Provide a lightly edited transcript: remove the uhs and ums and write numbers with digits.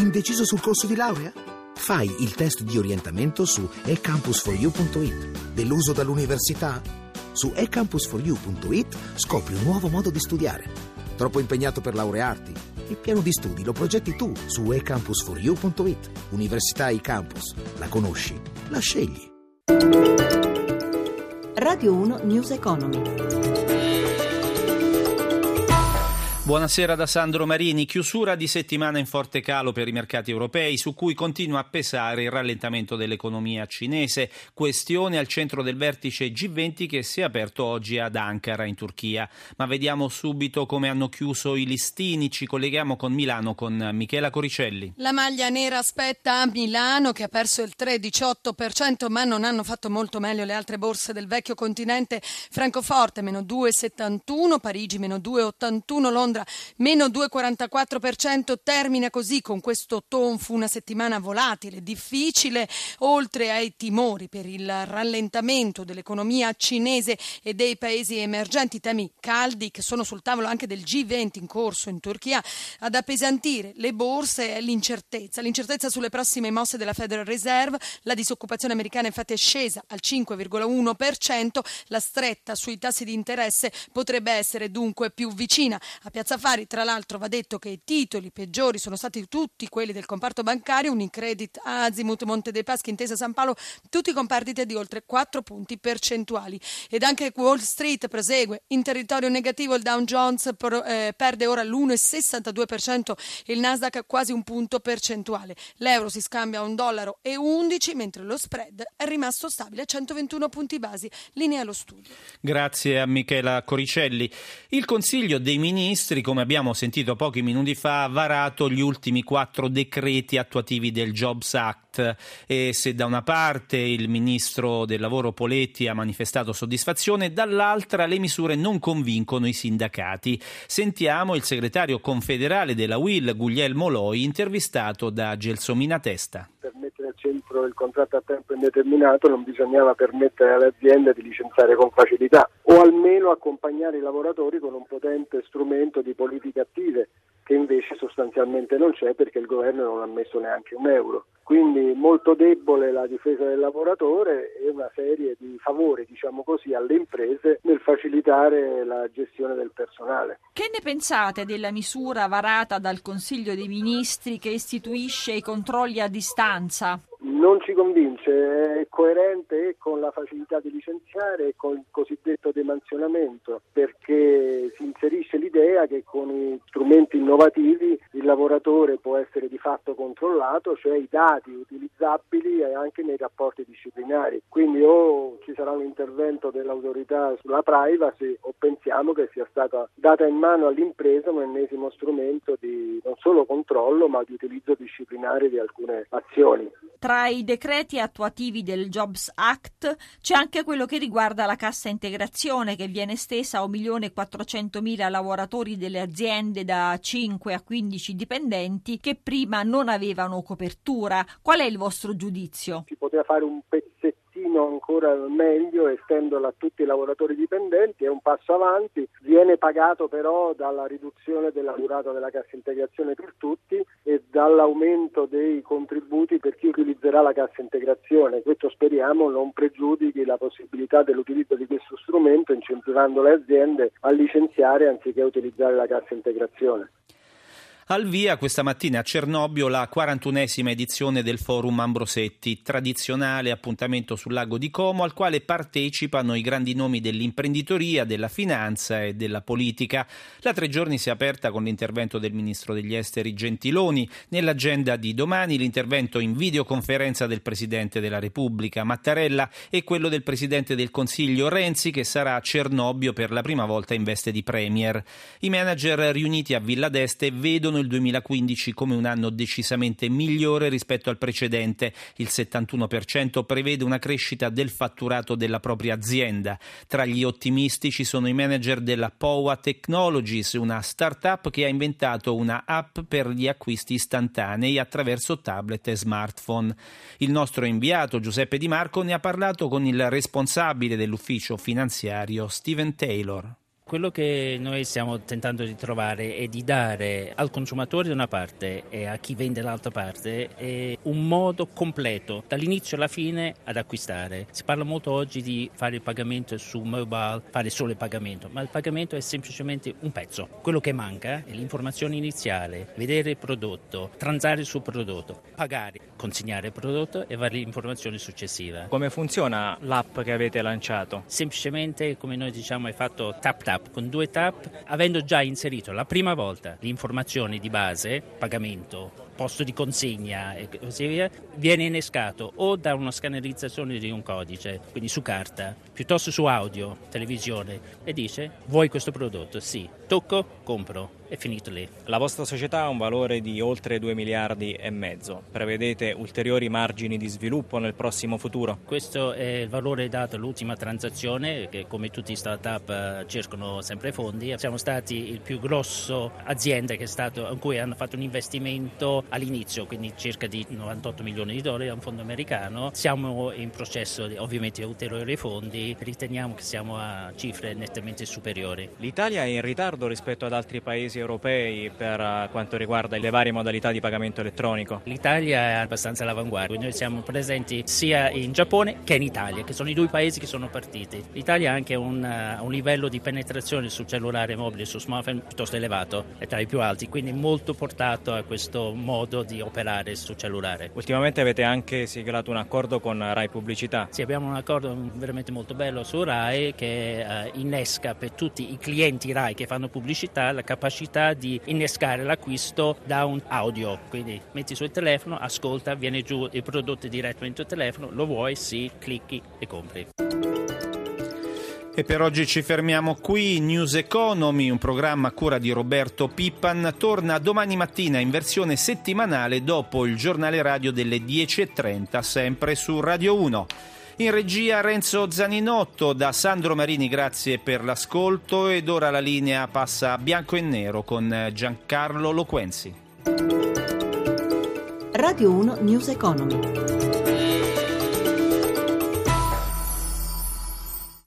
Indeciso sul corso di laurea? Fai il test di orientamento su ecampus4u.it. Deluso dall'università? Su ecampus4u.it scopri un nuovo modo di studiare. Troppo impegnato per laurearti? Il piano di studi lo progetti tu su ecampus4u.it. Università eCampus. La conosci? La scegli. Radio 1 News Economy. Buonasera da Sandro Marini. Chiusura di settimana in forte calo per i mercati europei, su cui continua a pesare il rallentamento dell'economia cinese, questione al centro del vertice G20 che si è aperto oggi ad Ankara in Turchia. Ma vediamo subito come hanno chiuso i listini. Ci colleghiamo con Milano con Michela Coricelli. La maglia nera aspetta a Milano, che ha perso il 3,18%, ma non hanno fatto molto meglio le altre borse del vecchio continente. Francoforte meno 2,71%, Parigi meno 2,81%, Londra meno 2,44%. Termina così con questo tonfo una settimana volatile, difficile, oltre ai timori per il rallentamento dell'economia cinese e dei paesi emergenti, temi caldi che sono sul tavolo anche del G20 in corso in Turchia. Ad appesantire le borse è l'incertezza sulle prossime mosse della Federal Reserve. La disoccupazione americana infatti è scesa al 5,1%, la stretta sui tassi di interesse potrebbe essere dunque più vicina. A Piazza Affari, tra l'altro, va detto che i titoli peggiori sono stati tutti quelli del comparto bancario, Unicredit, Azimut, Monte dei Paschi, Intesa San Paolo, tutti con perdite di oltre 4 punti percentuali. Ed anche Wall Street prosegue in territorio negativo, il Dow Jones perde ora l'1,62%, il Nasdaq quasi un punto percentuale. L'euro si scambia a $1,11, mentre lo spread è rimasto stabile a 121 punti basi. Linea allo studio. Grazie a Michela Coricelli. Il Consiglio dei Ministri, come abbiamo sentito pochi minuti fa, ha varato gli ultimi 4 decreti attuativi del Jobs Act, e se da una parte il ministro del lavoro Poletti ha manifestato soddisfazione, dall'altra le misure non convincono i sindacati. Sentiamo il segretario confederale della UIL, Guglielmo Loi, intervistato da Gelsomina Testa. Per mettere al centro il contratto a tempo indeterminato non bisognava permettere alle aziende di licenziare con facilità, o almeno accompagnare i lavoratori con un potente strumento di politiche attive, che invece sostanzialmente non c'è perché il governo non ha messo neanche €1. Quindi molto debole la difesa del lavoratore e una serie di favori, diciamo così, alle imprese nel facilitare la gestione del personale. Che ne pensate della misura varata dal Consiglio dei Ministri che istituisce i controlli a distanza? Non ci convince, è coerente con la facilità di licenziare e con il cosiddetto demansionamento, perché si inserisce l'idea che con i strumenti innovativi il lavoratore può essere di fatto controllato, cioè i dati utilizzabili anche nei rapporti disciplinari. Quindi o ci sarà un intervento dell'autorità sulla privacy o pensiamo che sia stata data in mano all'impresa un ennesimo strumento di non solo controllo ma di utilizzo disciplinare di alcune azioni. Tra i decreti attuativi del Jobs Act c'è anche quello che riguarda la cassa integrazione, che viene estesa a 1.400.000 lavoratori delle aziende da 5 a 15 dipendenti che prima non avevano copertura. Qual è il vostro giudizio? Si poteva fare un pezzettino ancora meglio, estenderla a tutti i lavoratori dipendenti, è un passo avanti, viene pagato però dalla riduzione della durata della cassa integrazione per tutti e dall'aumento dei contributi per chi utilizzerà la cassa integrazione. Questo speriamo non pregiudichi la possibilità dell'utilizzo di questo strumento, incentivando le aziende a licenziare anziché utilizzare la cassa integrazione. Al via questa mattina a Cernobbio la 41esima edizione del Forum Ambrosetti, tradizionale appuntamento sul lago di Como al quale partecipano i grandi nomi dell'imprenditoria, della finanza e della politica. La 3 giorni si è aperta con l'intervento del ministro degli esteri Gentiloni. Nell'agenda di domani l'intervento in videoconferenza del Presidente della Repubblica Mattarella e quello del Presidente del Consiglio Renzi, che sarà a Cernobbio per la prima volta in veste di Premier. I manager riuniti a Villa d'Este vedono il 2015 come un anno decisamente migliore rispetto al precedente. Il 71% prevede una crescita del fatturato della propria azienda. Tra gli ottimisti ci sono i manager della Powa Technologies, una start-up che ha inventato una app per gli acquisti istantanei attraverso tablet e smartphone. Il nostro inviato Giuseppe Di Marco ne ha parlato con il responsabile dell'ufficio finanziario Steven Taylor. Quello che noi stiamo tentando di trovare è di dare al consumatore da una parte e a chi vende dall'altra parte un modo completo, dall'inizio alla fine, ad acquistare. Si parla molto oggi di fare il pagamento su mobile, fare solo il pagamento, ma il pagamento è semplicemente un pezzo. Quello che manca è l'informazione iniziale, vedere il prodotto, transare sul prodotto, pagare, consegnare il prodotto e fare l'informazione successiva. Come funziona l'app che avete lanciato? Semplicemente, come noi diciamo, è fatto tap. Con 2 tap, avendo già inserito la prima volta le informazioni di base, pagamento, posto di consegna e così via, viene innescato o da una scannerizzazione di un codice, quindi su carta, piuttosto su audio, televisione, e dice: vuoi questo prodotto? Sì. Tocco, compro. È finito lì. La vostra società ha un valore di oltre 2,5 miliardi. Prevedete ulteriori margini di sviluppo nel prossimo futuro? Questo è il valore dato all'ultima transazione, che come tutti i start-up cercano sempre fondi. Siamo stati il più grosso azienda in cui hanno fatto un investimento all'inizio, quindi circa di $98 milioni a un fondo americano. Siamo in processo di ovviamente ulteriori fondi, riteniamo che siamo a cifre nettamente superiori. L'Italia è in ritardo rispetto ad altri paesi europei per quanto riguarda le varie modalità di pagamento elettronico. L'Italia è abbastanza all'avanguardia, noi siamo presenti sia in Giappone che in Italia, che sono i 2 paesi che sono partiti. L'Italia ha anche un livello di penetrazione sul cellulare mobile, su smartphone piuttosto elevato, è tra i più alti, quindi molto portato a questo modo di operare sul cellulare. Ultimamente avete anche siglato un accordo con Rai Pubblicità. Sì, abbiamo un accordo veramente molto bello su Rai che innesca per tutti i clienti Rai che fanno pubblicità la capacità di innescare l'acquisto da un audio, quindi metti sul telefono, ascolta, viene giù il prodotto direttamente al telefono, lo vuoi? Sì, clicchi e compri. E per oggi ci fermiamo qui. News Economy, un programma a cura di Roberto Pippan, torna domani mattina in versione settimanale dopo il giornale radio delle 10:30, sempre su Radio 1. In regia Renzo Zaninotto, da Sandro Marini grazie per l'ascolto ed ora la linea passa a bianco e nero con Giancarlo Loquenzi. Radio 1 News Economy.